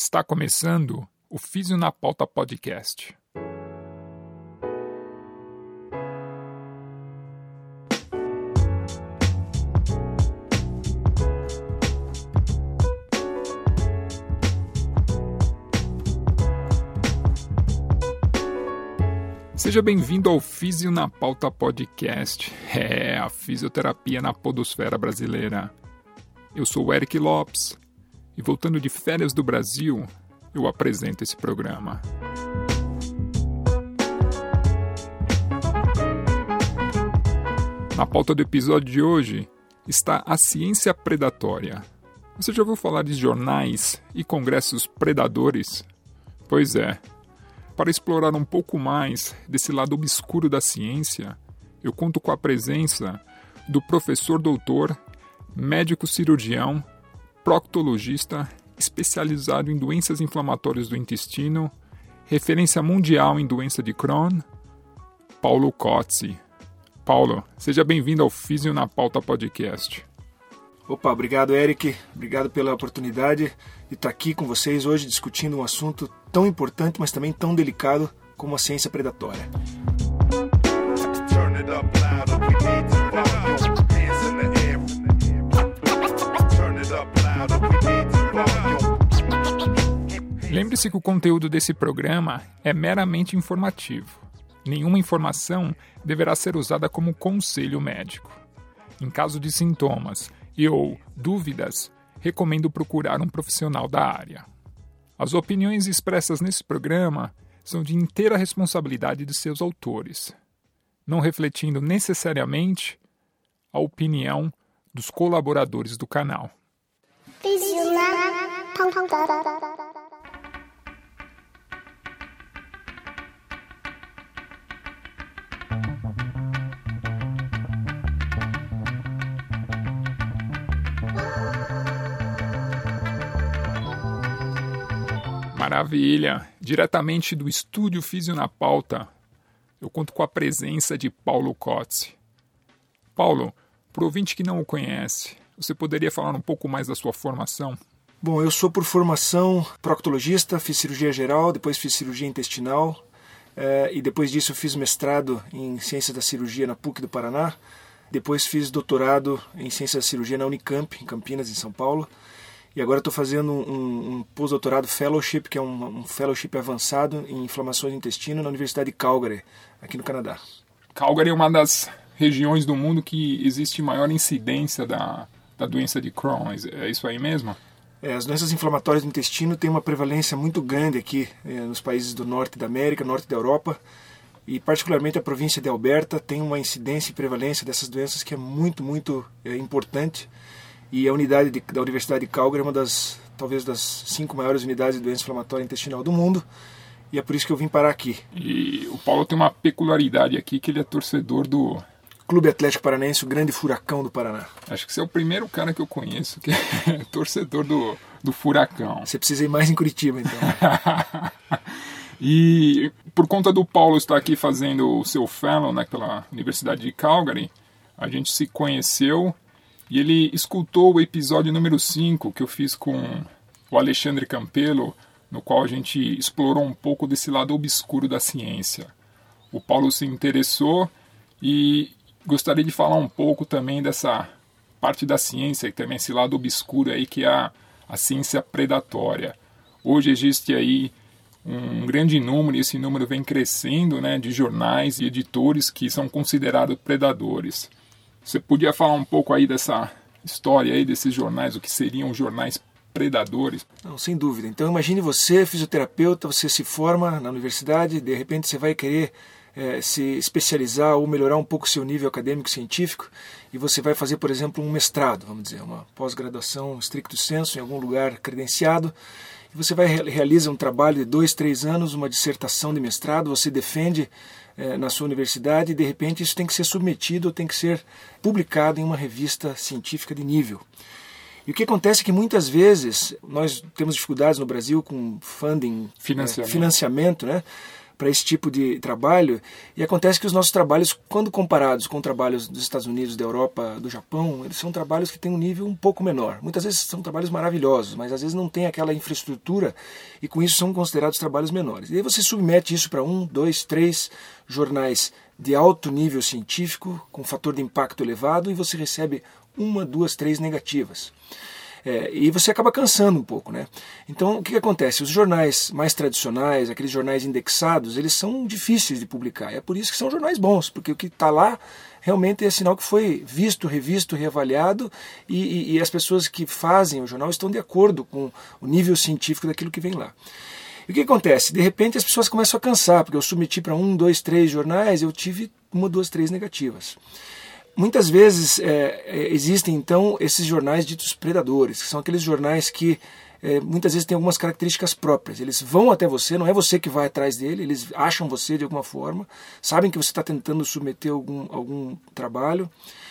Está começando o Físio na Pauta Podcast. Seja bem-vindo ao Físio na Pauta Podcast. A fisioterapia na podosfera brasileira. Eu sou o Eric Lopes e, voltando de férias do Brasil, eu apresento esse programa. Na pauta do episódio de hoje está a ciência predatória. Você já ouviu falar de jornais e congressos predadores? Pois é. Para explorar um pouco mais desse lado obscuro da ciência, eu conto com a presença do professor doutor, médico cirurgião, proctologista, especializado em doenças inflamatórias do intestino, referência mundial em doença de Crohn, Paulo Cozzi. Paulo, seja bem-vindo ao Físio na Pauta Podcast. Opa, obrigado, Eric. Obrigado pela oportunidade de estar aqui com vocês hoje discutindo um assunto tão importante, mas também tão delicado como a ciência predatória. Lembre-se que o conteúdo desse programa é meramente informativo. Nenhuma informação deverá ser usada como conselho médico. Em caso de sintomas ou dúvidas, recomendo procurar um profissional da área. As opiniões expressas nesse programa são de inteira responsabilidade de seus autores, não refletindo necessariamente a opinião dos colaboradores do canal. Maravilha! Diretamente do estúdio Físio na Pauta, eu conto com a presença de Paulo Cozzi. Paulo, para o ouvinte que não o conhece, você poderia falar um pouco mais da sua formação? Bom, eu sou por formação proctologista, fiz cirurgia geral, depois fiz cirurgia intestinal e depois disso eu fiz mestrado em ciências da cirurgia na PUC do Paraná, depois fiz doutorado em ciências da cirurgia na Unicamp, em Campinas, em São Paulo. E agora estou fazendo um pós-doutorado fellowship, que é um fellowship avançado em inflamações do intestino na Universidade de Calgary, aqui no Canadá. Calgary é uma das regiões do mundo que existe maior incidência da doença de Crohn. É isso aí mesmo? As doenças inflamatórias do intestino têm uma prevalência muito grande aqui nos países do norte da América, norte da Europa. E particularmente a província de Alberta tem uma incidência e prevalência dessas doenças que é muito, muito importante. E a unidade da Universidade de Calgary é uma talvez das 5 maiores unidades de doença inflamatória intestinal do mundo. E é por isso que eu vim parar aqui. E o Paulo tem uma peculiaridade aqui, que ele é torcedor do Clube Atlético Paranaense, o grande furacão do Paraná. Acho que você é o primeiro cara que eu conheço que é torcedor do Furacão. Você precisa ir mais em Curitiba, então. E por conta do Paulo estar aqui fazendo o seu fellow, né, pela Universidade de Calgary, a gente se conheceu. E ele escutou o episódio número 5 que eu fiz com o Alexandre Campelo, no qual a gente explorou um pouco desse lado obscuro da ciência. O Paulo se interessou e gostaria de falar um pouco também dessa parte da ciência, que também é esse lado obscuro aí, que é a ciência predatória. Hoje existe aí um grande número, e esse número vem crescendo, né, de jornais e editores que são considerados predadores. Você podia falar um pouco aí dessa história aí, desses jornais, o que seriam jornais predadores? Não, sem dúvida. Então imagine você, fisioterapeuta, você se forma na universidade, de repente você vai querer se especializar ou melhorar um pouco o seu nível acadêmico-científico e você vai fazer, por exemplo, um mestrado, vamos dizer, uma pós-graduação stricto sensu em algum lugar credenciado. E você realiza um trabalho de 2, 3 anos, uma dissertação de mestrado, você defende na sua universidade e de repente isso tem que ser submetido ou tem que ser publicado em uma revista científica de nível. E o que acontece é que muitas vezes nós temos dificuldades no Brasil com funding, financiamento, né? para esse tipo de trabalho, e acontece que os nossos trabalhos, quando comparados com trabalhos dos Estados Unidos, da Europa, do Japão, eles são trabalhos que têm um nível um pouco menor. Muitas vezes são trabalhos maravilhosos, mas às vezes não tem aquela infraestrutura e com isso são considerados trabalhos menores. E aí você submete isso para 1, 2, 3 jornais de alto nível científico, com fator de impacto elevado, e você recebe 1, 2, 3 negativas. E você acaba cansando um pouco, né? Então, o que acontece? Os jornais mais tradicionais, aqueles jornais indexados, eles são difíceis de publicar. É por isso que são jornais bons, porque o que está lá realmente é sinal que foi visto, revisto, reavaliado, e as pessoas que fazem o jornal estão de acordo com o nível científico daquilo que vem lá. E o que acontece? De repente as pessoas começam a cansar, porque eu submeti para 1, 2, 3 jornais, eu tive 1, 2, 3 negativas. Muitas vezes existem então esses jornais ditos predadores, que são aqueles jornais que muitas vezes têm algumas características próprias. Eles vão até você, não é você que vai atrás dele, eles acham você de alguma forma, sabem que você está tentando submeter algum trabalho.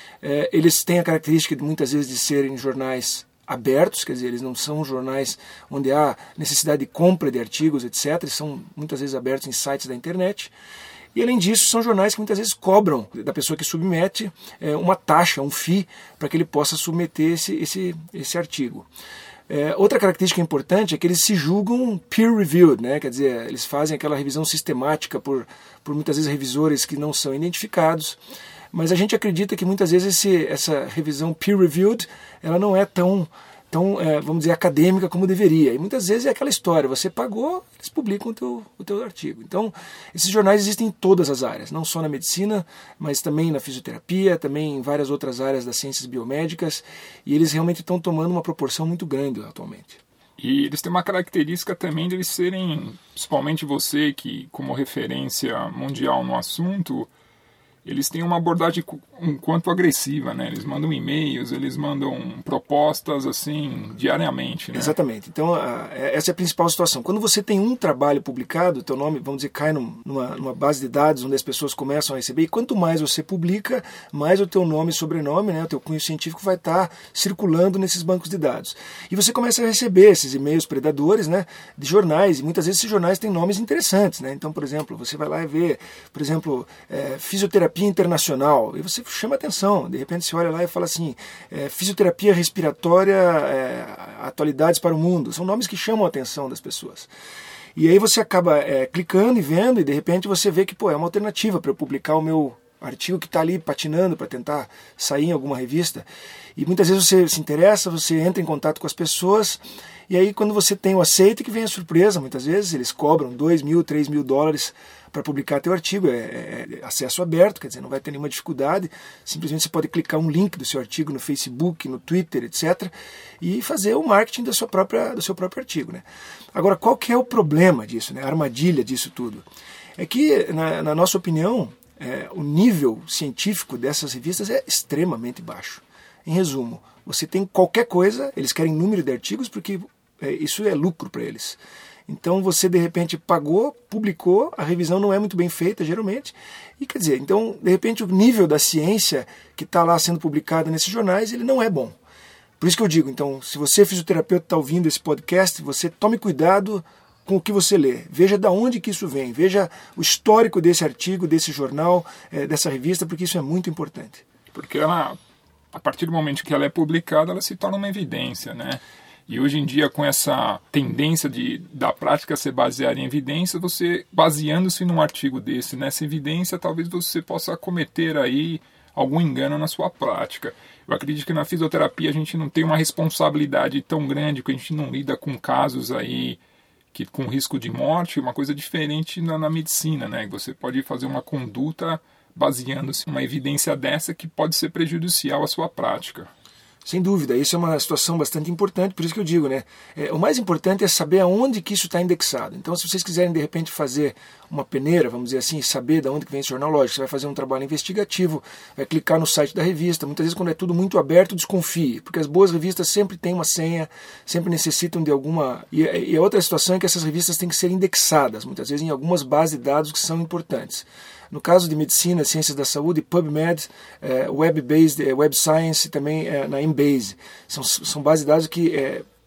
Eles têm a característica de muitas vezes de serem jornais abertos, quer dizer, eles não são jornais onde há necessidade de compra de artigos, etc. Eles são muitas vezes abertos em sites da internet. E além disso, são jornais que muitas vezes cobram da pessoa que submete uma taxa, um fee, para que ele possa submeter esse artigo. Outra característica importante é que eles se julgam peer-reviewed, né? Quer dizer, eles fazem aquela revisão sistemática por muitas vezes revisores que não são identificados, mas a gente acredita que muitas vezes essa revisão peer-reviewed ela não é tão vamos dizer, acadêmica como deveria. E muitas vezes é aquela história, você pagou, eles publicam o teu artigo. Então, esses jornais existem em todas as áreas, não só na medicina, mas também na fisioterapia, também em várias outras áreas das ciências biomédicas, e eles realmente estão tomando uma proporção muito grande atualmente. E eles têm uma característica também de eles serem, principalmente você que como referência mundial no assunto, eles têm uma abordagem um quanto agressiva, né? Eles mandam e-mails, eles mandam propostas assim diariamente, né? Exatamente. Então essa é a principal situação. Quando você tem um trabalho publicado, teu nome, vamos dizer, cai numa base de dados onde as pessoas começam a receber, e quanto mais você publica, mais o teu nome e sobrenome, né, o teu cunho científico vai estar circulando nesses bancos de dados. E você começa a receber esses e-mails predadores, né, de jornais, e muitas vezes esses jornais têm nomes interessantes, né? Então, por exemplo, você vai lá e vê, por exemplo, fisioterapia internacional, e você chama atenção, de repente você olha lá e fala assim, fisioterapia respiratória, atualidades para o mundo, são nomes que chamam a atenção das pessoas. E aí você acaba clicando e vendo, e de repente você vê que é uma alternativa para eu publicar o meu artigo que está ali patinando para tentar sair em alguma revista. E muitas vezes você se interessa, você entra em contato com as pessoas, e aí quando você tem o aceite, que vem a surpresa, muitas vezes eles cobram $2.000, $3.000 para publicar teu artigo, é acesso aberto, quer dizer, não vai ter nenhuma dificuldade, simplesmente você pode clicar um link do seu artigo no Facebook, no Twitter, etc., e fazer o marketing do seu próprio artigo, né? Agora, qual que é o problema disso, né? A armadilha disso tudo? É que, na nossa opinião, o nível científico dessas revistas é extremamente baixo. Em resumo, você tem qualquer coisa, eles querem número de artigos porque isso é lucro para eles. Então você de repente pagou, publicou, a revisão não é muito bem feita geralmente, e quer dizer, então de repente o nível da ciência que está lá sendo publicada nesses jornais, ele não é bom. Por isso que eu digo, então, se você fisioterapeuta está ouvindo esse podcast, você tome cuidado com o que você lê, veja de onde que isso vem, veja o histórico desse artigo, desse jornal, dessa revista, porque isso é muito importante. Porque ela, a partir do momento que ela é publicada, ela se torna uma evidência, né? E hoje em dia, com essa tendência da prática se basear em evidência, você, baseando-se num artigo desse, nessa evidência, talvez você possa cometer aí algum engano na sua prática. Eu acredito que na fisioterapia a gente não tem uma responsabilidade tão grande, porque a gente não lida com casos aí com risco de morte, uma coisa diferente na medicina, né? Você pode fazer uma conduta baseando-se em uma evidência dessa que pode ser prejudicial à sua prática. Sem dúvida, isso é uma situação bastante importante, por isso que eu digo, né? O mais importante é saber aonde que isso está indexado. Então, se vocês quiserem, de repente, fazer uma peneira, vamos dizer assim, saber de onde que vem esse jornal, lógico, você vai fazer um trabalho investigativo, vai clicar no site da revista, muitas vezes quando é tudo muito aberto, desconfie, porque as boas revistas sempre têm uma senha, sempre necessitam de alguma... E a outra situação é que essas revistas têm que ser indexadas, muitas vezes em algumas bases de dados que são importantes. No caso de medicina, ciências da saúde, PubMed, Web-Based, Web Science, também na Embase. São bases de dados que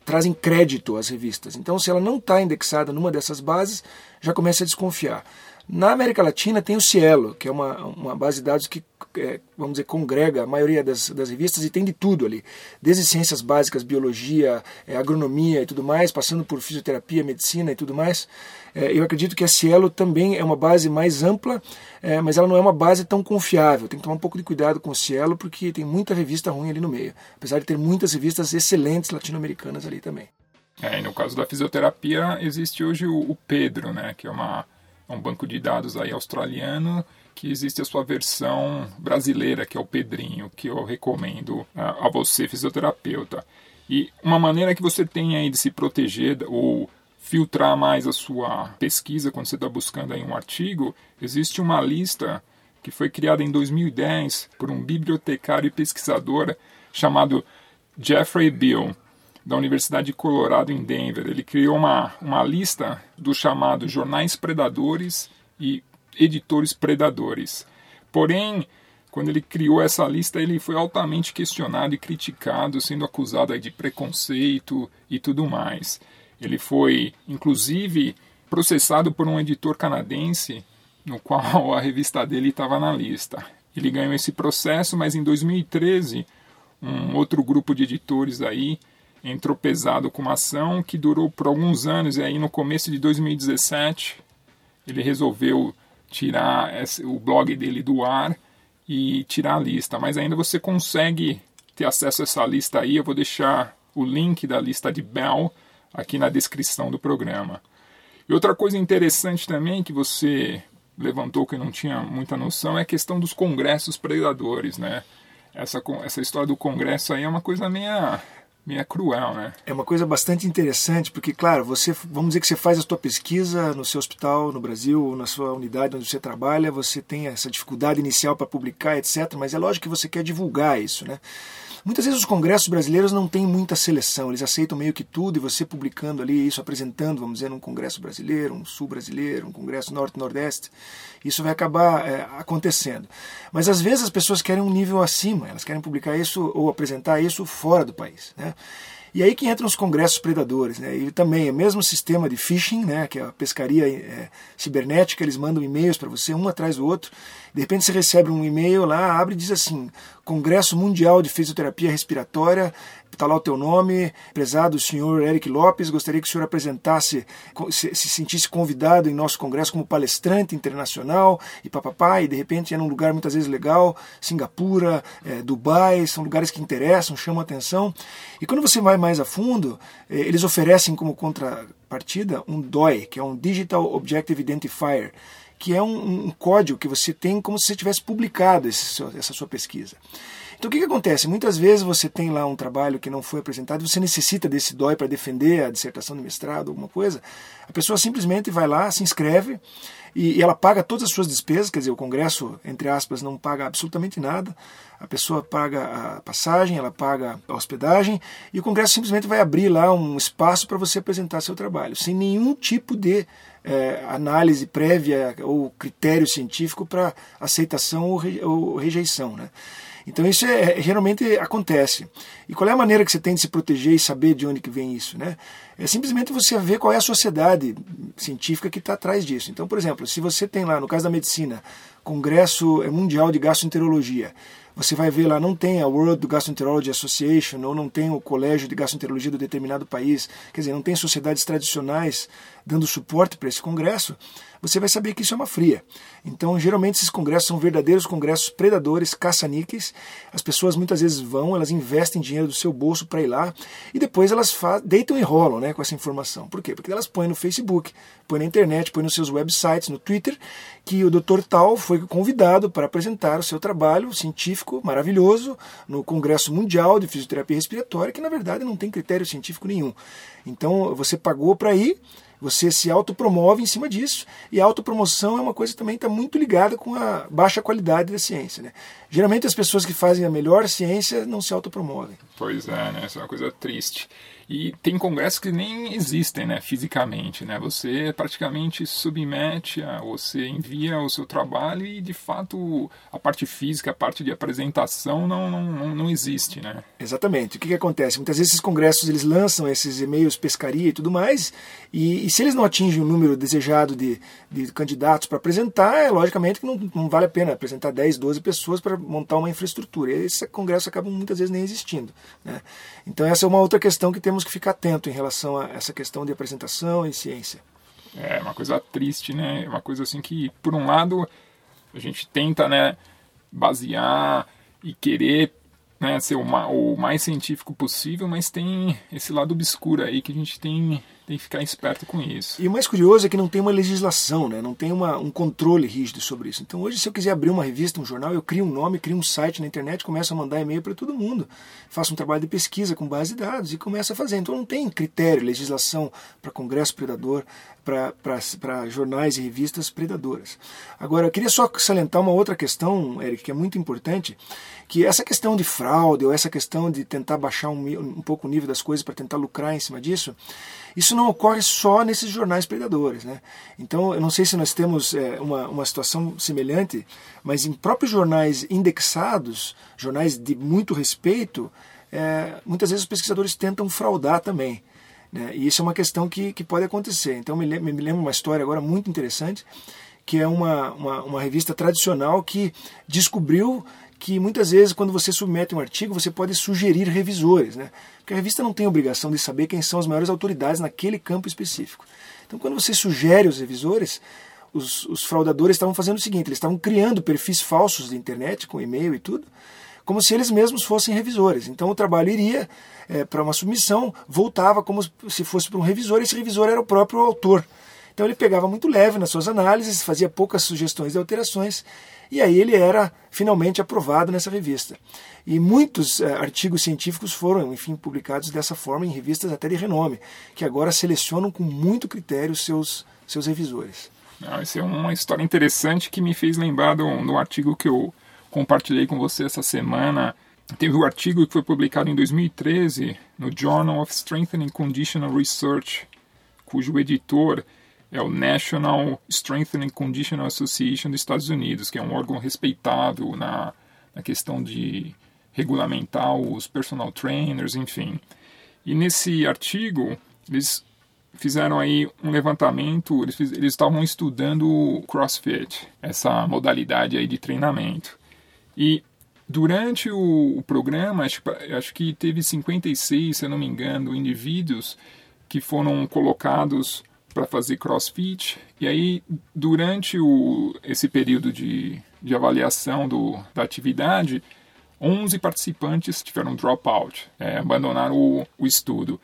trazem crédito às revistas. Então, se ela não está indexada numa dessas bases, já começa a desconfiar. Na América Latina tem o Cielo, que é uma base de dados que, vamos dizer, congrega a maioria das revistas e tem de tudo ali, desde ciências básicas, biologia, agronomia e tudo mais, passando por fisioterapia, medicina e tudo mais. Eu acredito que a Cielo também é uma base mais ampla, mas ela não é uma base tão confiável. Tem que tomar um pouco de cuidado com o Cielo, porque tem muita revista ruim ali no meio, apesar de ter muitas revistas excelentes latino-americanas ali também. E no caso da fisioterapia, existe hoje o Pedro, né, que é um banco de dados aí australiano, que existe a sua versão brasileira, que é o Pedrinho, que eu recomendo a você, fisioterapeuta. E uma maneira que você tem aí de se proteger ou filtrar mais a sua pesquisa quando você está buscando aí um artigo, existe uma lista que foi criada em 2010 por um bibliotecário e pesquisador chamado Jeffrey Bill, da Universidade de Colorado em Denver. Ele criou uma lista dos chamados jornais predadores e editores predadores. Porém, quando ele criou essa lista, ele foi altamente questionado e criticado, sendo acusado aí de preconceito e tudo mais. Ele foi, inclusive, processado por um editor canadense, no qual a revista dele estava na lista. Ele ganhou esse processo, mas em 2013, um outro grupo de editores aí entrou pesado com uma ação que durou por alguns anos, e aí no começo de 2017 ele resolveu tirar o blog dele do ar e tirar a lista. Mas ainda você consegue ter acesso a essa lista aí. Eu vou deixar o link da lista de Bell aqui na descrição do programa. E outra coisa interessante também que você levantou, que eu não tinha muita noção, é a questão dos congressos predadores, né? Essa história do congresso aí é uma coisa meio cruel, né? É uma coisa bastante interessante, porque, claro, vamos dizer que você faz a sua pesquisa no seu hospital, no Brasil, ou na sua unidade onde você trabalha, você tem essa dificuldade inicial para publicar, etc., mas é lógico que você quer divulgar isso, né? Muitas vezes os congressos brasileiros não têm muita seleção, eles aceitam meio que tudo, e você publicando ali isso, apresentando, vamos dizer, um congresso brasileiro, um sul brasileiro, um congresso norte-nordeste, isso vai acabar acontecendo. Mas às vezes as pessoas querem um nível acima, elas querem publicar isso ou apresentar isso fora do país, né? E aí que entram os congressos predadores, né? E também o mesmo sistema de phishing, né? Que é a pescaria cibernética, eles mandam e-mails para você, um atrás do outro. De repente você recebe um e-mail lá, abre e diz assim: Congresso Mundial de Fisioterapia Respiratória, está lá o teu nome, prezado senhor Eric Lopes, gostaria que o senhor apresentasse, se sentisse convidado em nosso congresso como palestrante internacional, e papapá, e de repente é num lugar muitas vezes legal, Singapura, Dubai, são lugares que interessam, chamam a atenção. E quando você vai mais a fundo, eles oferecem como contrapartida um DOI, que é um Digital Objective Identifier, que é um código que você tem como se você tivesse publicado essa sua pesquisa. Então o que acontece? Muitas vezes você tem lá um trabalho que não foi apresentado, você necessita desse DOI para defender a dissertação de mestrado, alguma coisa, a pessoa simplesmente vai lá, se inscreve e ela paga todas as suas despesas, quer dizer, o Congresso, entre aspas, não paga absolutamente nada, a pessoa paga a passagem, ela paga a hospedagem e o Congresso simplesmente vai abrir lá um espaço para você apresentar seu trabalho, sem nenhum tipo de análise prévia ou critério científico para aceitação ou rejeição, né? Então isso geralmente acontece. E qual é a maneira que você tem de se proteger e saber de onde que vem isso, né? É simplesmente você ver qual é a sociedade científica que está atrás disso. Então, por exemplo, se você tem lá, no caso da medicina, Congresso Mundial de Gastroenterologia, você vai ver lá, não tem a World Gastroenterology Association, ou não tem o Colégio de Gastroenterologia do determinado país, quer dizer, não tem sociedades tradicionais dando suporte para esse congresso, você vai saber que isso é uma fria. Então, geralmente, esses congressos são verdadeiros congressos predadores, caça-níqueis. As pessoas muitas vezes vão, elas investem dinheiro do seu bolso para ir lá, e depois elas deitam e rolam, né, com essa informação. Por quê? Porque elas põem no Facebook, põem na internet, põem nos seus websites, no Twitter, que o Dr. Tal foi convidado para apresentar o seu trabalho científico maravilhoso no Congresso Mundial de Fisioterapia Respiratória, que na verdade não tem critério científico nenhum. Então, você pagou para ir, você se autopromove em cima disso, e a autopromoção é uma coisa que também está muito ligada com a baixa qualidade da ciência, né? Geralmente as pessoas que fazem a melhor ciência não se autopromovem. Pois é, né? Isso é uma coisa triste. E tem congressos que nem existem, né, fisicamente, né? Você praticamente submete, você envia o seu trabalho e, de fato, a parte física, a parte de apresentação não existe, né? Exatamente. O que acontece? Muitas vezes esses congressos eles lançam esses e-mails pescaria e tudo mais, e se eles não atingem o número desejado de candidatos para apresentar, logicamente que não vale a pena apresentar 10, 12 pessoas para montar uma infraestrutura. E esses congressos acabam muitas vezes nem existindo, né? Então essa é uma outra questão que temos que ficar atento em relação a essa questão de apresentação e ciência. É uma coisa triste, né? É uma coisa assim que, por um lado, a gente tenta, né, basear e querer, né, ser o mais científico possível, mas tem esse lado obscuro aí que a gente tem que ficar esperto com isso. E o mais curioso é que não tem uma legislação, né? Não tem um controle rígido sobre isso. Então hoje, se eu quiser abrir uma revista, um jornal, eu crio um nome, crio um site na internet, começo a mandar e-mail para todo mundo. Faço um trabalho de pesquisa com base de dados e começo a fazer. Então não tem critério, legislação para congresso predador, para jornais e revistas predadoras. Agora, eu queria só salientar uma outra questão, Eric, que é muito importante, que essa questão de fraude ou essa questão de tentar baixar um pouco o nível das coisas para tentar lucrar em cima disso, isso não ocorre só nesses jornais predadores, né? Então, eu não sei se nós temos uma situação semelhante, mas em próprios jornais indexados, jornais de muito respeito, muitas vezes os pesquisadores tentam fraudar também, né? E isso é uma questão que pode acontecer. Então, me lembro uma história agora muito interessante, que é uma revista tradicional que descobriu que muitas vezes quando você submete um artigo você pode sugerir revisores, né? Porque a revista não tem obrigação de saber quem são as maiores autoridades naquele campo específico. Então quando você sugere os revisores, os fraudadores estavam fazendo o seguinte, eles estavam criando perfis falsos de internet com e-mail e tudo, como se eles mesmos fossem revisores. Então o trabalho iria para uma submissão, voltava como se fosse para um revisor, e esse revisor era o próprio autor. Então ele pegava muito leve nas suas análises, fazia poucas sugestões de alterações, e aí ele era finalmente aprovado nessa revista. E muitos artigos científicos foram, enfim, publicados dessa forma em revistas até de renome, que agora selecionam com muito critério os seus revisores. Essa é uma história interessante que me fez lembrar do artigo que eu compartilhei com você essa semana. Teve um artigo que foi publicado em 2013 no Journal of Strengthening Conditional Research, cujo editor é o National Strengthening Conditional Association dos Estados Unidos, que é um órgão respeitável na questão de regulamentar os personal trainers, enfim. E nesse artigo, eles fizeram aí um levantamento, eles estavam estudando o CrossFit, essa modalidade aí de treinamento. E durante o programa, acho que teve 56, se eu não me engano, indivíduos que foram colocados para fazer CrossFit, e aí durante esse período de avaliação da atividade, 11 participantes tiveram dropout, abandonaram o estudo.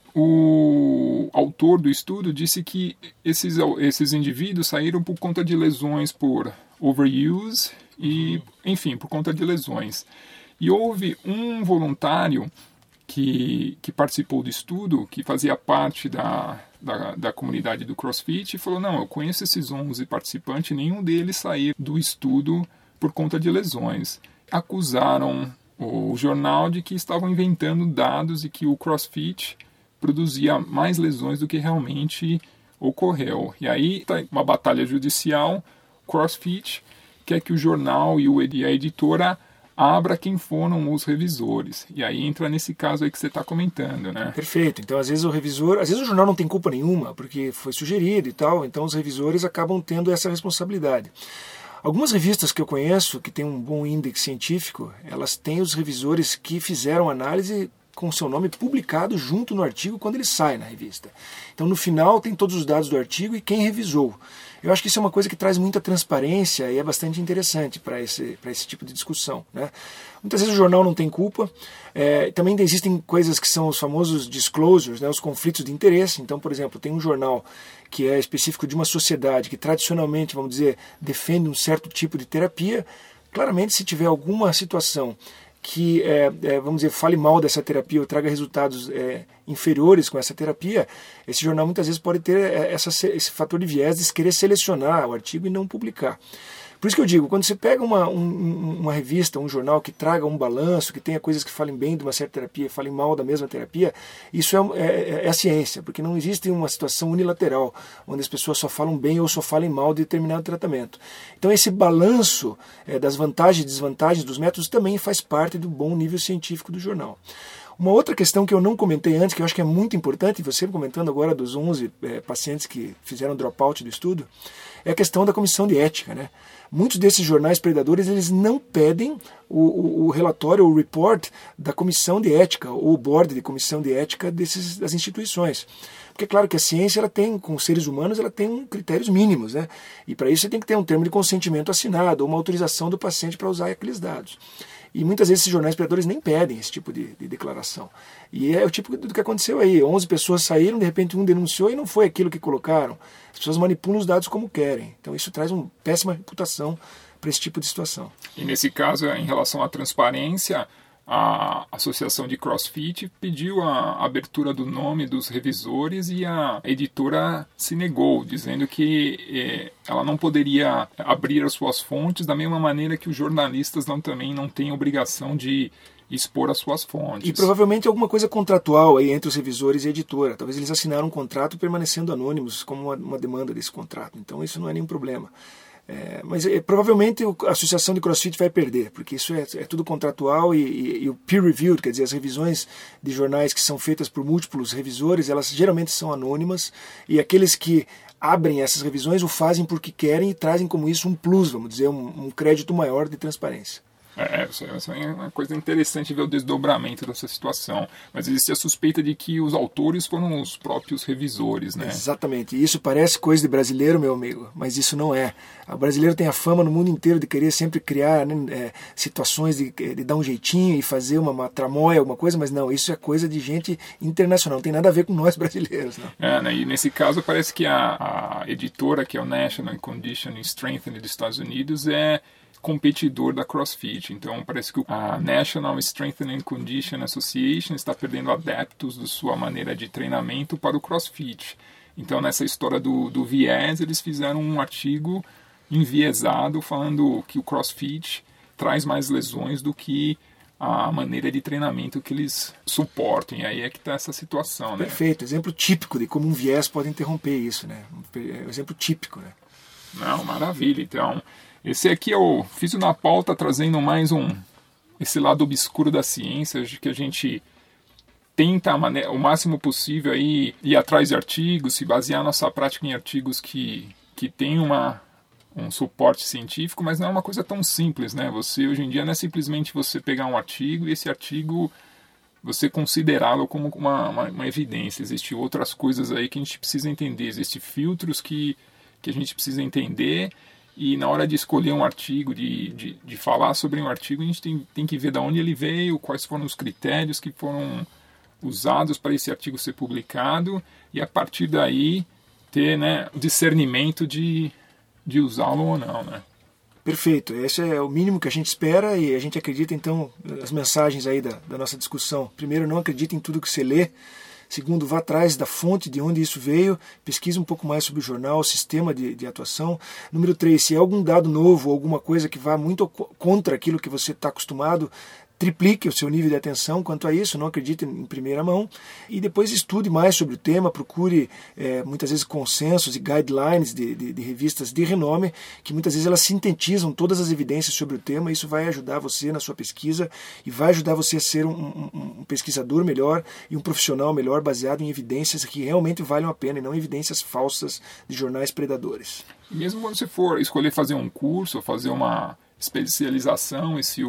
O autor do estudo disse que esses indivíduos saíram por conta de lesões por overuse e, enfim, por conta de lesões. E houve um voluntário que participou do estudo, que fazia parte da comunidade do CrossFit, e falou, não, eu conheço esses 11 participantes, nenhum deles saiu do estudo por conta de lesões. Acusaram o jornal de que estavam inventando dados e que o CrossFit produzia mais lesões do que realmente ocorreu. E aí está uma batalha judicial. CrossFit quer que o jornal e a editora abra quem foram os revisores. E aí entra nesse caso aí que você está comentando, né? Perfeito. Então, às vezes o jornal não tem culpa nenhuma, porque foi sugerido e tal, então os revisores acabam tendo essa responsabilidade. Algumas revistas que eu conheço, que têm um bom índice científico, elas têm os revisores que fizeram análise com seu nome publicado junto no artigo quando ele sai na revista. Então, no final, tem todos os dados do artigo e quem revisou. Eu acho que isso é uma coisa que traz muita transparência e é bastante interessante para esse tipo de discussão, né? Muitas vezes o jornal não tem culpa. Também existem coisas que são os famosos disclosures, né, os conflitos de interesse. Então, por exemplo, tem um jornal que é específico de uma sociedade que tradicionalmente, vamos dizer, defende um certo tipo de terapia. Claramente, se tiver alguma situação que, vamos dizer, fale mal dessa terapia ou traga resultados inferiores com essa terapia, esse jornal muitas vezes pode ter esse fator de viés de querer selecionar o artigo e não publicar. Por isso que eu digo, quando você pega uma revista, um jornal que traga um balanço, que tenha coisas que falem bem de uma certa terapia e falem mal da mesma terapia, isso é a ciência, porque não existe uma situação unilateral, onde as pessoas só falam bem ou só falem mal de determinado tratamento. Então esse balanço das vantagens e desvantagens dos métodos também faz parte do bom nível científico do jornal. Uma outra questão que eu não comentei antes, que eu acho que é muito importante, você comentando agora dos 11 pacientes que fizeram dropout do estudo, é a questão da comissão de ética, né? Muitos desses jornais predadores, eles não pedem o relatório, o report da comissão de ética, ou o board de comissão de ética das instituições. Porque é claro que a ciência, ela tem, com os seres humanos, ela tem critérios mínimos, né? E para isso você tem que ter um termo de consentimento assinado, ou uma autorização do paciente para usar aqueles dados. E muitas vezes esses jornais predadores nem pedem esse tipo de declaração. E é o tipo do que aconteceu aí. 11 pessoas saíram, de repente um denunciou e não foi aquilo que colocaram. As pessoas manipulam os dados como querem. Então isso traz uma péssima reputação para esse tipo de situação. E nesse caso, em relação à transparência, a Associação de CrossFit pediu a abertura do nome dos revisores e a editora se negou, dizendo que ela não poderia abrir as suas fontes da mesma maneira que os jornalistas também não têm obrigação de expor as suas fontes. E provavelmente alguma coisa contratual aí entre os revisores e a editora. Talvez eles assinaram um contrato permanecendo anônimos como uma demanda desse contrato. Então isso não é nenhum problema. Mas provavelmente a Associação de CrossFit vai perder, porque isso é tudo contratual e o peer reviewed, quer dizer, as revisões de jornais que são feitas por múltiplos revisores, elas geralmente são anônimas, e aqueles que abrem essas revisões o fazem porque querem e trazem como isso um plus, vamos dizer, um crédito maior de transparência. Isso é uma coisa interessante ver o desdobramento dessa situação. Mas existe a suspeita de que os autores foram os próprios revisores, né? Exatamente. E isso parece coisa de brasileiro, meu amigo, mas isso não é. O brasileiro tem a fama no mundo inteiro de querer sempre criar, né, situações de dar um jeitinho e fazer uma tramóia, alguma coisa, mas não, isso é coisa de gente internacional, não tem nada a ver com nós brasileiros. Não. Né, e nesse caso parece que a editora, que é o National Conditioning Strengthening dos Estados Unidos, é competidor da CrossFit. Então parece que a National Strengthening Condition Association está perdendo adeptos de sua maneira de treinamento para o CrossFit. Então nessa história do viés, eles fizeram um artigo enviesado falando que o CrossFit traz mais lesões do que a maneira de treinamento que eles suportam. E aí é que está essa situação, né? Perfeito. Exemplo típico de como um viés pode interromper isso, né? Exemplo típico, né? Não, maravilha. Então, esse aqui eu fiz na pauta trazendo mais esse lado obscuro da ciência, de que a gente tenta o máximo possível aí ir atrás de artigos, se basear nossa prática em artigos que tem um suporte científico, mas não é uma coisa tão simples, né? Hoje em dia não é simplesmente você pegar um artigo e esse artigo você considerá-lo como uma evidência. Existem outras coisas aí que a gente precisa entender, existem filtros que a gente precisa entender. E na hora de escolher um artigo, de falar sobre um artigo, a gente tem que ver de onde ele veio, quais foram os critérios que foram usados para esse artigo ser publicado, e a partir daí ter, né, o discernimento de usá-lo ou não, né? Perfeito, esse é o mínimo que a gente espera e a gente acredita, então, nas mensagens aí da nossa discussão. Primeiro, não acredite em tudo que você lê. Segundo, vá atrás da fonte de onde isso veio, pesquise um pouco mais sobre o jornal, o sistema de atuação. Número 3, se é algum dado novo, alguma coisa que vá muito contra aquilo que você está acostumado, triplique o seu nível de atenção quanto a isso, não acredite em primeira mão, e depois estude mais sobre o tema, procure muitas vezes consensos e guidelines de revistas de renome, que muitas vezes elas sintetizam todas as evidências sobre o tema. Isso vai ajudar você na sua pesquisa e vai ajudar você a ser um pesquisador melhor e um profissional melhor, baseado em evidências que realmente valem a pena e não evidências falsas de jornais predadores. E mesmo quando você for escolher fazer um curso, fazer uma especialização, e se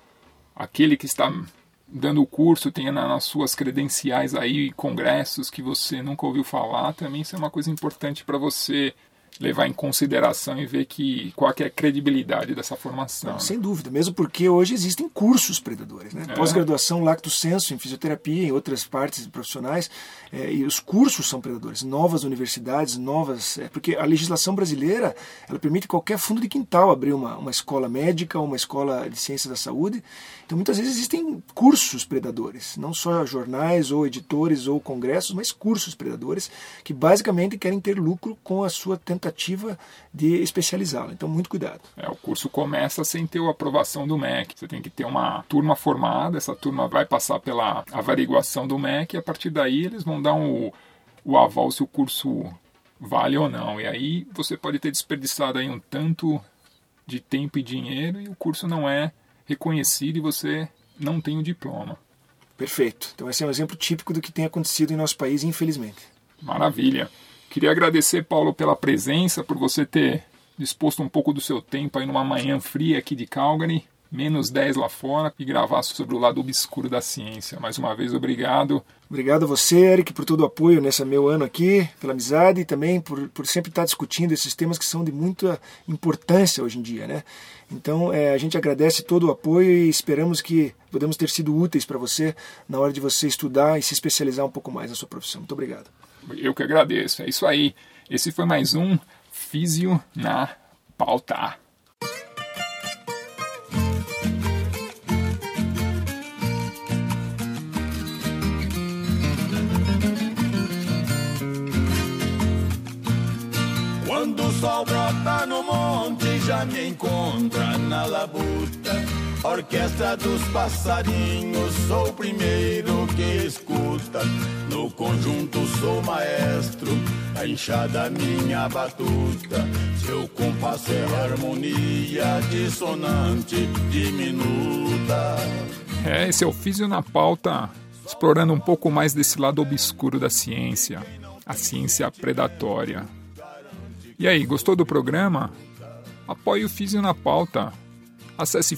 aquele que está dando o curso tenha nas suas credenciais aí congressos que você nunca ouviu falar, também isso é uma coisa importante para você levar em consideração e ver qual que é a credibilidade dessa formação. Não, sem dúvida, mesmo porque hoje existem cursos predadores, né? Pós-graduação lacto sensu em fisioterapia, em outras partes profissionais, e os cursos são predadores. Novas universidades, porque a legislação brasileira, ela permite qualquer fundo de quintal abrir uma escola médica ou uma escola de ciências da saúde. Então muitas vezes existem cursos predadores, não só jornais ou editores ou congressos, mas cursos predadores que basicamente querem ter lucro com a sua tentativa tentativa de especializá-lo. Então, muito cuidado. O curso começa sem ter a aprovação do MEC. Você tem que ter uma turma formada, essa turma vai passar pela averiguação do MEC e a partir daí eles vão dar o aval se o curso vale ou não. E aí você pode ter desperdiçado aí um tanto de tempo e dinheiro e o curso não é reconhecido e você não tem o diploma. Perfeito. Então esse é um exemplo típico do que tem acontecido em nosso país, infelizmente. Maravilha. Queria agradecer, Paulo, pela presença, por você ter disposto um pouco do seu tempo aí numa manhã fria aqui de Calgary, menos 10 lá fora, e gravar sobre o lado obscuro da ciência. Mais uma vez, obrigado. Obrigado a você, Eric, por todo o apoio nesse meu ano aqui, pela amizade e também por sempre estar discutindo esses temas que são de muita importância hoje em dia, né? Então, a gente agradece todo o apoio e esperamos que podemos ter sido úteis para você na hora de você estudar e se especializar um pouco mais na sua profissão. Muito obrigado. Eu que agradeço. É isso aí. Esse foi mais um Físio na Pauta. Quando o sol brota no monte, já me encontra na labuta. Orquestra dos passarinhos, sou o primeiro que escuta. No conjunto sou maestro, a enxada minha batuta. Seu compasso é harmonia dissonante, diminuta. Esse é o Físio na Pauta, explorando um pouco mais desse lado obscuro da ciência, a ciência predatória. E aí, gostou do programa? Apoie o Físio na Pauta. Acesse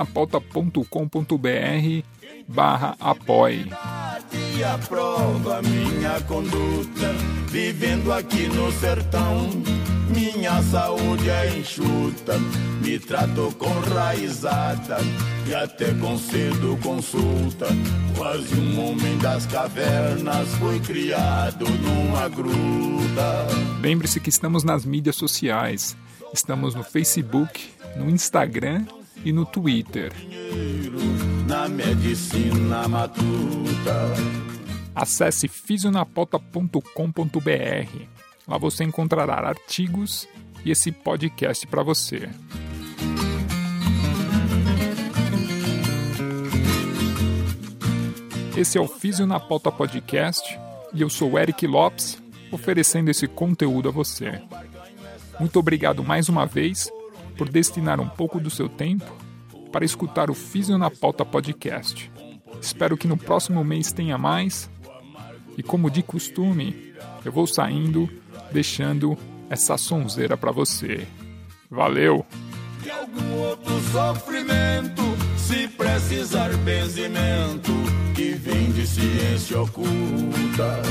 fisionapauta.com.br/apoie. E aprova minha conduta, vivendo aqui no sertão. Minha saúde é enxuta, me trato com raizada e até concedo consulta. Quase um homem das cavernas, fui criado numa gruta. Lembre-se que estamos nas mídias sociais. Estamos no Facebook, no Instagram e no Twitter. Na medicina matuta. Acesse fisionapauta.com.br. Lá você encontrará artigos e esse podcast para você. Esse é o Físio na Pauta Podcast e eu sou Eric Lopes, oferecendo esse conteúdo a você. Muito obrigado mais uma vez por destinar um pouco do seu tempo para escutar o Físio na Pauta Podcast. Espero que no próximo mês tenha mais. E como de costume, eu vou saindo, deixando essa sonzeira para você. Valeu! De algum outro sofrimento, se precisar benzimento, que vem de ciência oculta.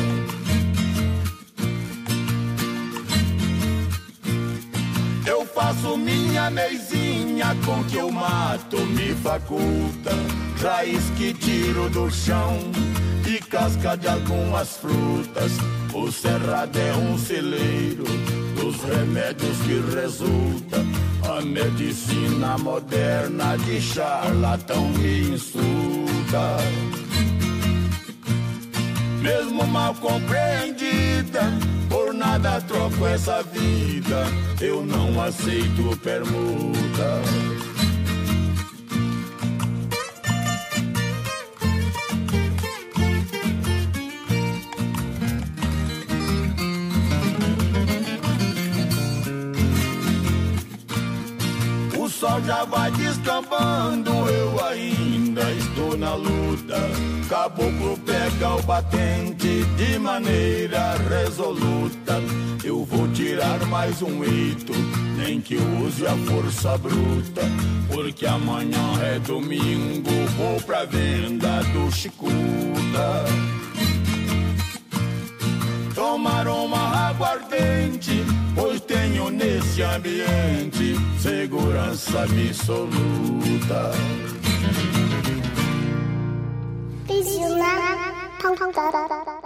Eu faço minha meizinha com que eu mato me faculta. Raiz que tiro do chão e casca de algumas frutas. O cerrado é um celeiro dos remédios que resulta. A medicina moderna de charlatão me insulta. Mesmo mal compreendida, por nada troco essa vida. Eu não aceito permuta. O sol já vai descambando, eu ainda estou na luta. Caboclo pega o batente de maneira resoluta. Eu vou tirar mais um eito, nem que use a força bruta. Porque amanhã é domingo, vou pra venda do Chicuta. Tomar uma aguardente, pois tenho nesse ambiente segurança absoluta. Físio na Pauta.